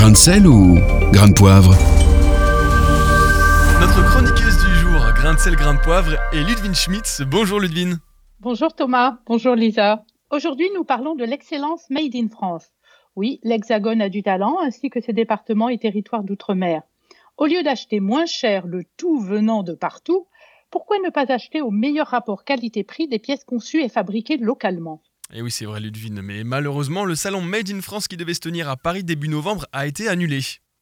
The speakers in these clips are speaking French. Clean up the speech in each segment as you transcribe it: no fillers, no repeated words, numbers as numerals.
Grain de sel ou grain de poivre? Notre chroniqueuse du jour, grain de sel, grain de poivre, est Ludwine Schmitz. Bonjour Ludwine. Bonjour Thomas, bonjour Lisa. Aujourd'hui, nous parlons de l'excellence Made in France. Oui, l'Hexagone a du talent, ainsi que ses départements et territoires d'outre-mer. Au lieu d'acheter moins cher le tout venant de partout, pourquoi ne pas acheter au meilleur rapport qualité-prix des pièces conçues et fabriquées localement ? Et oui, c'est vrai Ludwine, mais malheureusement, le salon Made in France qui devait se tenir à Paris début novembre a été annulé.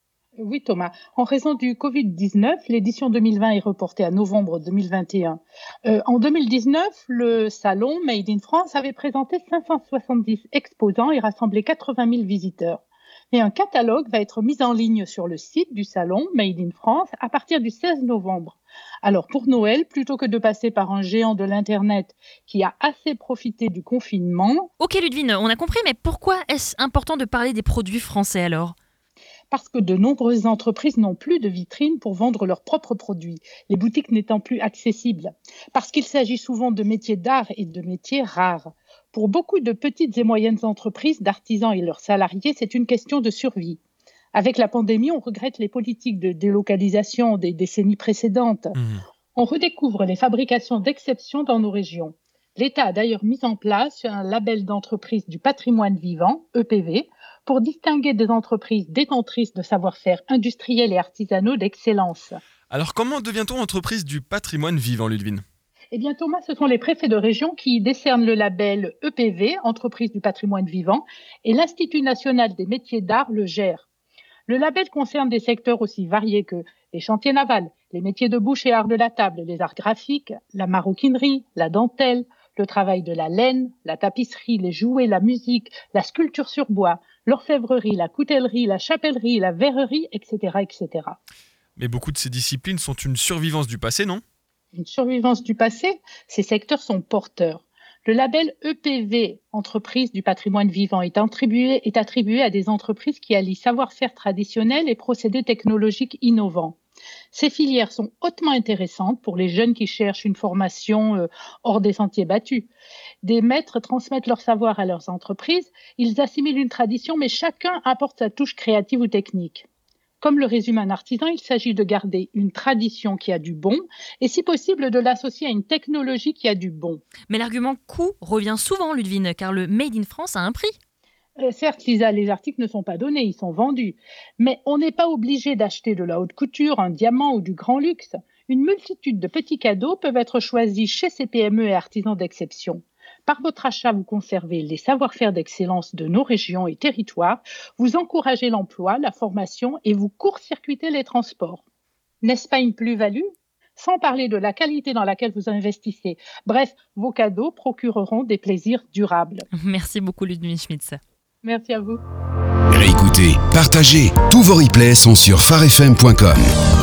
Oui Thomas, en raison du Covid-19, l'édition 2020 est reportée à novembre 2021. En 2019, le salon Made in France avait présenté 570 exposants et rassemblé 80 000 visiteurs. Et un catalogue va être mis en ligne sur le site du salon Made in France à partir du 16 novembre. Alors pour Noël, plutôt que de passer par un géant de l'Internet qui a assez profité du confinement... Ok Ludwine, on a compris, mais pourquoi est-ce important de parler des produits français alors ? Parce que de nombreuses entreprises n'ont plus de vitrine pour vendre leurs propres produits, les boutiques n'étant plus accessibles. Parce qu'il s'agit souvent de métiers d'art et de métiers rares. Pour beaucoup de petites et moyennes entreprises, d'artisans et leurs salariés, c'est une question de survie. Avec la pandémie, on regrette les politiques de délocalisation des décennies précédentes. On redécouvre les fabrications d'exception dans nos régions. L'État a d'ailleurs mis en place un label d'entreprise du patrimoine vivant, EPV, pour distinguer des entreprises détentrices de savoir-faire industriels et artisanaux d'excellence. Alors comment devient-on entreprise du patrimoine vivant, Ludwine ? Eh bien Thomas, ce sont les préfets de région qui décernent le label EPV, entreprise du patrimoine vivant, et l'Institut national des métiers d'art le gère. Le label concerne des secteurs aussi variés que les chantiers navals, les métiers de bouche et art de la table, les arts graphiques, la maroquinerie, la dentelle, le travail de la laine, la tapisserie, les jouets, la musique, la sculpture sur bois, l'orfèvrerie, la coutellerie, la chapellerie, la verrerie, etc., etc. Mais beaucoup de ces disciplines sont une survivance du passé, non ? Une survivance du passé, ces secteurs sont porteurs. Le label EPV, entreprise du patrimoine vivant, est attribué à des entreprises qui allient savoir-faire traditionnel et procédés technologiques innovants. Ces filières sont hautement intéressantes pour les jeunes qui cherchent une formation hors des sentiers battus. Des maîtres transmettent leur savoir à leurs entreprises, ils assimilent une tradition, mais chacun apporte sa touche créative ou technique. Comme le résume un artisan, il s'agit de garder une tradition qui a du bon et si possible de l'associer à une technologie qui a du bon. Mais l'argument coût revient souvent, Ludwine, car le Made in France a un prix. Certes, Lisa, les articles ne sont pas donnés, ils sont vendus. Mais on n'est pas obligé d'acheter de la haute couture, un diamant ou du grand luxe. Une multitude de petits cadeaux peuvent être choisis chez ces PME et artisans d'exception. Par votre achat, vous conservez les savoir-faire d'excellence de nos régions et territoires, vous encouragez l'emploi, la formation et vous court-circuitez les transports. N'est-ce pas une plus-value ? Sans parler de la qualité dans laquelle vous investissez. Bref, vos cadeaux procureront des plaisirs durables. Merci beaucoup Ludwine Schmitz. Merci à vous. Réécoutez, partagez. Tous vos replays sont sur farfm.com.